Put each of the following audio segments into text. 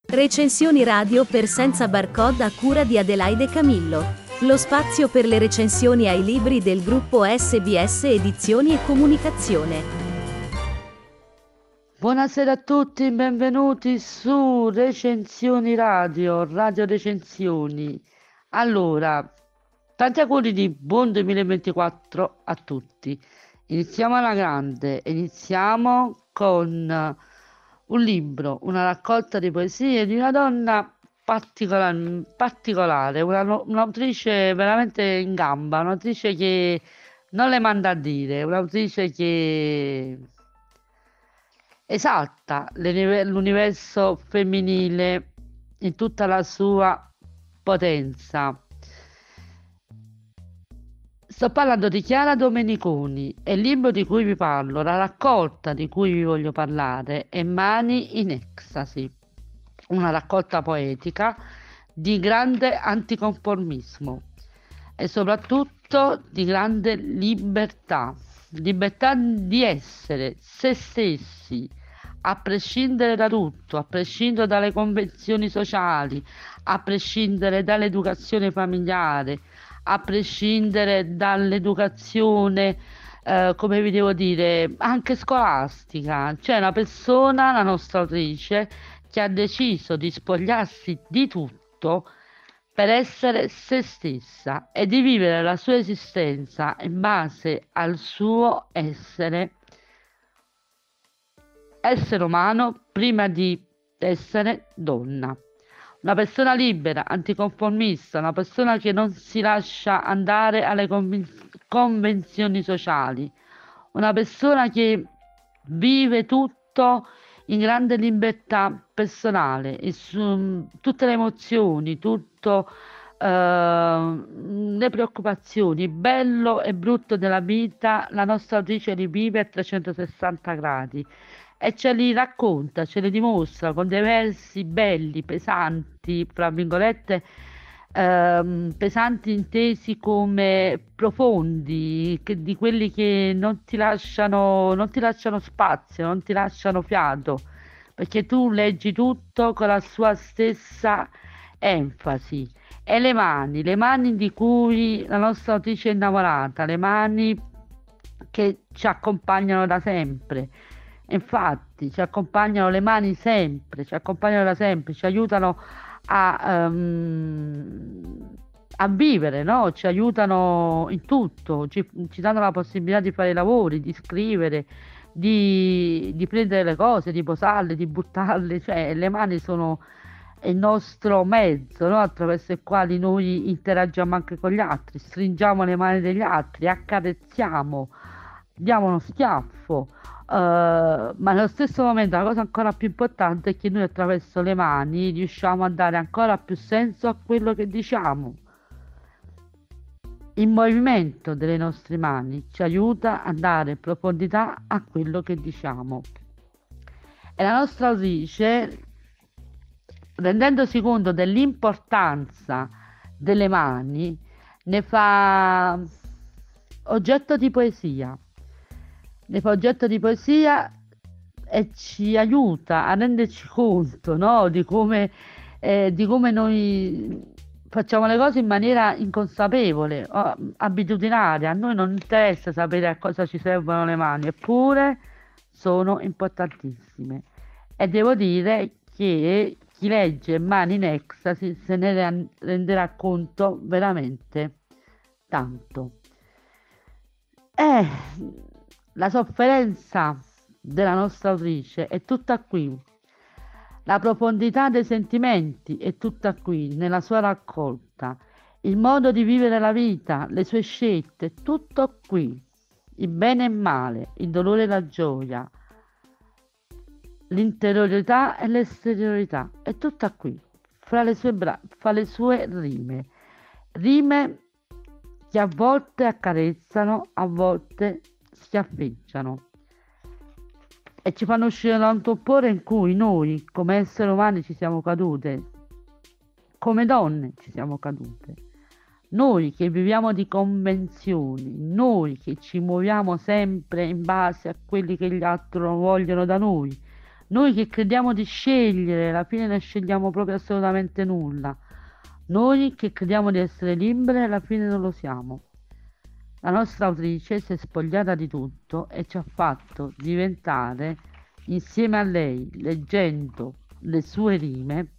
Recensioni radio per Senza Barcode a cura di Adelaide Camillo. Lo spazio per le recensioni ai libri del gruppo SBS Edizioni e Comunicazione. Buonasera a tutti, benvenuti su Recensioni Radio, Radio Recensioni. Allora, tanti auguri di buon 2024 a tutti. Iniziamo alla grande, iniziamo con un libro, una raccolta di poesie di una donna particolare, un'autrice veramente in gamba, un'autrice che non le manda a dire, un'autrice che esalta l'universo femminile in tutta la sua potenza. Sto parlando di Chiara Domeniconi e il libro di cui vi parlo, la raccolta di cui vi voglio parlare è Mani in Ecstasy, una raccolta poetica di grande anticonformismo e soprattutto di grande libertà di essere se stessi, a prescindere da tutto, a prescindere dalle convenzioni sociali, a prescindere dall'educazione familiare, a prescindere dall'educazione, come vi devo dire, anche scolastica. C'è una persona, la nostra autrice, che ha deciso di spogliarsi di tutto per essere se stessa e di vivere la sua esistenza in base al suo essere umano prima di essere donna. Una persona libera, anticonformista, una persona che non si lascia andare alle convenzioni sociali, una persona che vive tutto in grande libertà personale, tutte le emozioni, le preoccupazioni, bello e brutto della vita, la nostra autrice li vive a 360 gradi. E ce li racconta, ce li dimostra con dei versi belli, pesanti, fra virgolette, pesanti intesi come profondi, di quelli che non ti lasciano spazio, non ti lasciano fiato, perché tu leggi tutto con la sua stessa enfasi. E le mani di cui la nostra autrice è innamorata, le mani che ci accompagnano da sempre. Infatti ci accompagnano le mani sempre, ci accompagnano da sempre, ci aiutano a vivere, no? Ci aiutano in tutto, ci danno la possibilità di fare i lavori, di scrivere, di prendere le cose, di posarle, di buttarle, cioè le mani sono il nostro mezzo, no? Attraverso i quali noi interagiamo anche con gli altri, stringiamo le mani degli altri, accarezziamo, diamo uno schiaffo. Ma nello stesso momento la cosa ancora più importante è che noi attraverso le mani riusciamo a dare ancora più senso a quello che diciamo. Il movimento delle nostre mani ci aiuta a dare profondità a quello che diciamo. E la nostra autrice, rendendosi conto dell'importanza delle mani, ne fa oggetto di poesia. E ci aiuta a renderci conto, no? di come noi facciamo le cose in maniera inconsapevole, abitudinaria. A noi non interessa sapere a cosa ci servono le mani, eppure sono importantissime. E devo dire che chi legge Mani in Ecstasy se ne renderà conto veramente tanto. La sofferenza della nostra autrice è tutta qui, la profondità dei sentimenti è tutta qui nella sua raccolta, il modo di vivere la vita, le sue scelte, tutto qui, il bene e il male, il dolore e la gioia, l'interiorità e l'esteriorità, è tutta qui, fra le sue rime che a volte accarezzano, a volte schiaffeggiano e ci fanno uscire da un torpore in cui noi come esseri umani ci siamo cadute, come donne ci siamo cadute, noi che viviamo di convenzioni, noi che ci muoviamo sempre in base a quelli che gli altri vogliono da noi, Noi che crediamo di scegliere, alla fine non scegliamo proprio assolutamente nulla. Noi che crediamo di essere libere, alla fine non lo siamo. La nostra autrice si è spogliata di tutto e ci ha fatto diventare, insieme a lei, leggendo le sue rime,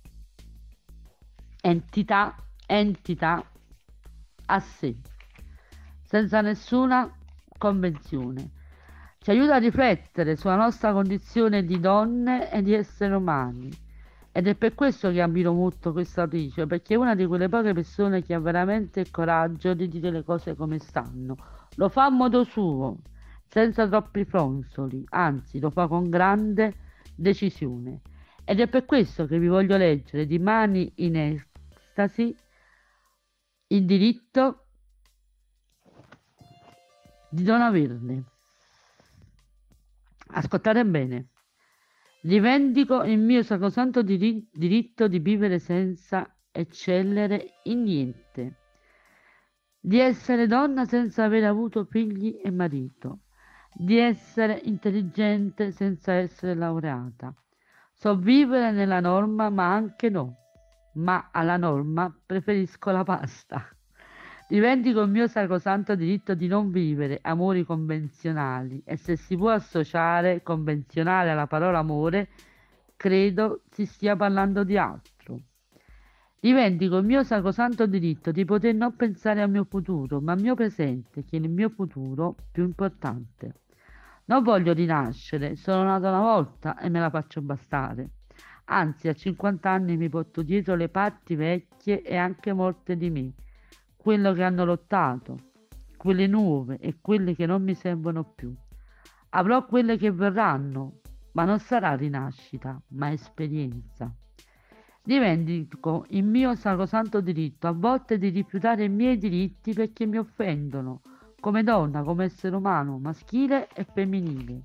entità a sé, senza nessuna convenzione. Ci aiuta a riflettere sulla nostra condizione di donne e di esseri umani. Ed è per questo che ammiro molto questa autrice, perché è una di quelle poche persone che ha veramente il coraggio di dire le cose come stanno. Lo fa a modo suo, senza troppi fronzoli, anzi lo fa con grande decisione. Ed è per questo che vi voglio leggere di Mani in Estasi il diritto di non averne. Ascoltate bene. Rivendico il mio sacrosanto diritto di vivere senza eccellere in niente, di essere donna senza aver avuto figli e marito, di essere intelligente senza essere laureata. So vivere nella norma, ma anche no, ma alla norma preferisco la pasta. Rivendico il mio sacrosanto diritto di non vivere amori convenzionali e se si può associare convenzionale alla parola amore, credo si stia parlando di altro. Rivendico il mio sacrosanto diritto di poter non pensare al mio futuro, ma al mio presente, che è il mio futuro più importante. Non voglio rinascere, sono nata una volta e me la faccio bastare. Anzi, a 50 anni mi porto dietro le parti vecchie e anche morte di me, quello che hanno lottato, quelle nuove e quelle che non mi servono più. Avrò quelle che verranno, ma non sarà rinascita, ma esperienza. Rivendico il mio sacrosanto diritto a volte di rifiutare i miei diritti perché mi offendono, come donna, come essere umano, maschile e femminile.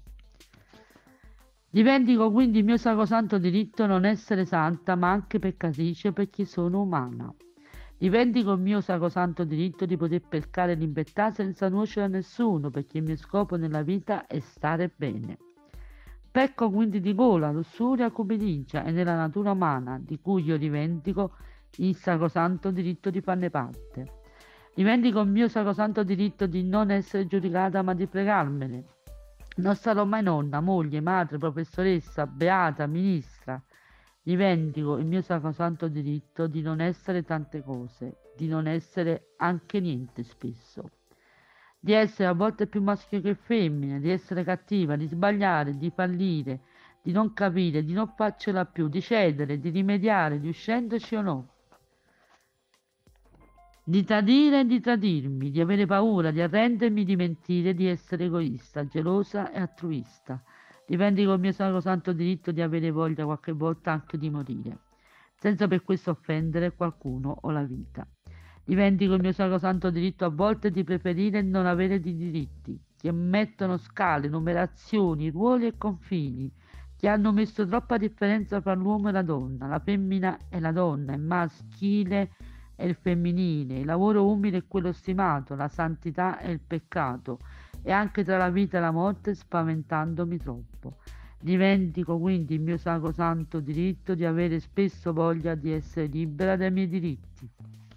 Rivendico quindi il mio sacrosanto diritto a non essere santa, ma anche peccatrice perché sono umana. Rivendico il mio sacrosanto diritto di poter pescare in libertà senza nuocere a nessuno, perché il mio scopo nella vita è stare bene. Pecco quindi di gola, lussuria, cupidigia e nella natura umana, di cui io rivendico il sacrosanto diritto di farne parte. Rivendico il mio sacrosanto diritto di non essere giudicata, ma di fregarmene. Non sarò mai nonna, moglie, madre, professoressa, beata, ministra. Rivendico il mio sacrosanto diritto di non essere tante cose, di non essere anche niente spesso, di essere a volte più maschio che femmina, di essere cattiva, di sbagliare, di fallire, di non capire, di non farcela più, di cedere, di rimediare, riuscendoci o no, di tradire e di tradirmi, di avere paura, di arrendermi, di mentire, di essere egoista, gelosa e altruista. Rivendico il mio sacrosanto diritto di avere voglia qualche volta anche di morire, senza per questo offendere qualcuno o la vita. Rivendico il mio sacrosanto diritto a volte di preferire non avere di diritti, che mettono scale, numerazioni, ruoli e confini, che hanno messo troppa differenza fra l'uomo e la donna, la femmina e la donna, il maschile e il femminile, il lavoro umile e quello stimato, la santità e il peccato, e anche tra la vita e la morte spaventandomi troppo. Rivendico quindi il mio sacrosanto diritto di avere spesso voglia di essere libera dai miei diritti.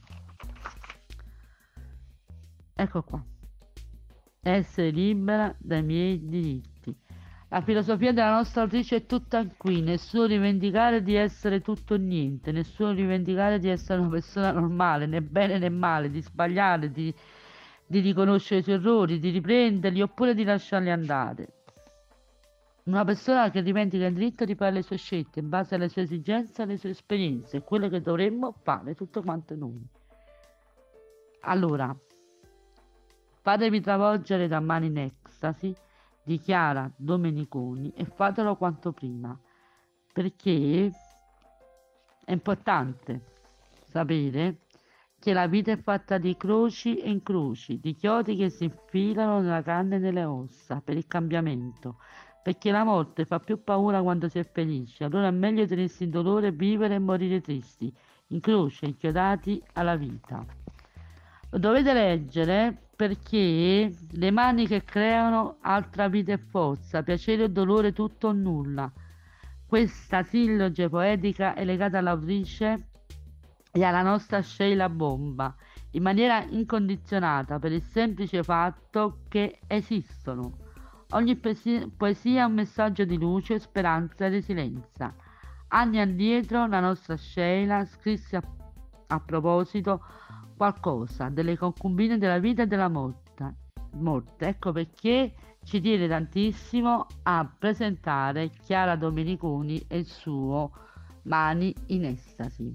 Ecco qua. Essere libera dai miei diritti. La filosofia della nostra autrice è tutta qui, nessuno rivendicare di essere tutto o niente, nessuno rivendicare di essere una persona normale, né bene né male, di sbagliare, di riconoscere i suoi errori, di riprenderli oppure di lasciarli andare. Una persona che rivendica il diritto di fare le sue scelte in base alle sue esigenze e alle sue esperienze, quello che dovremmo fare tutto quanto noi. Allora, fatevi travolgere da Mani in Estasi di Chiara Domeniconi e fatelo quanto prima, perché è importante sapere che la vita è fatta di croci e incroci, di chiodi che si infilano nella carne e nelle ossa per il cambiamento, perché la morte fa più paura quando si è felici, allora è meglio tenersi in dolore, vivere e morire tristi, incroci e inchiodati alla vita. Lo dovete leggere perché le mani che creano altra vita e forza, piacere o dolore tutto o nulla, Questa silloge poetica è legata all'autrice e alla nostra Sheila Bomba in maniera incondizionata per il semplice fatto che esistono. Ogni poesia è un messaggio di luce, speranza e resilienza. Anni addietro la nostra Sheila scrisse a proposito qualcosa delle concubine della vita e della morte. Ecco perché ci tiene tantissimo a presentare Chiara Domeniconi e il suo Mani in Estasi.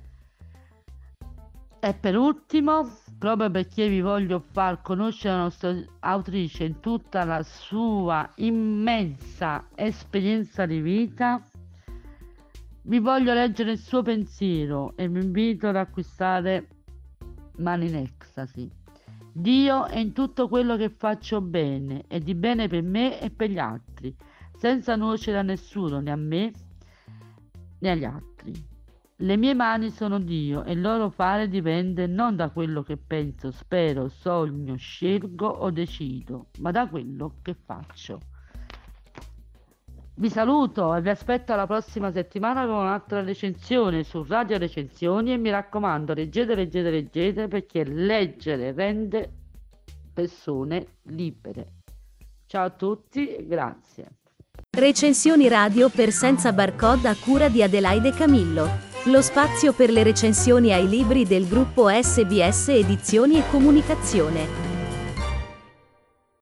E per ultimo, proprio perché vi voglio far conoscere la nostra autrice in tutta la sua immensa esperienza di vita, vi voglio leggere il suo pensiero e vi invito ad acquistare Mani in Estasi. Dio è in tutto quello che faccio bene e di bene per me e per gli altri, senza nuocere a nessuno, né a me né agli altri. Le mie mani sono Dio e il loro fare dipende non da quello che penso, spero, sogno, scelgo o decido, ma da quello che faccio. Vi saluto e vi aspetto alla prossima settimana con un'altra recensione su Radio Recensioni e mi raccomando, leggete perché leggere rende persone libere. Ciao a tutti e grazie. Recensioni radio per senza barcode a cura di Adelaide Camillo. Lo spazio per le recensioni ai libri del gruppo SBS Edizioni e Comunicazione.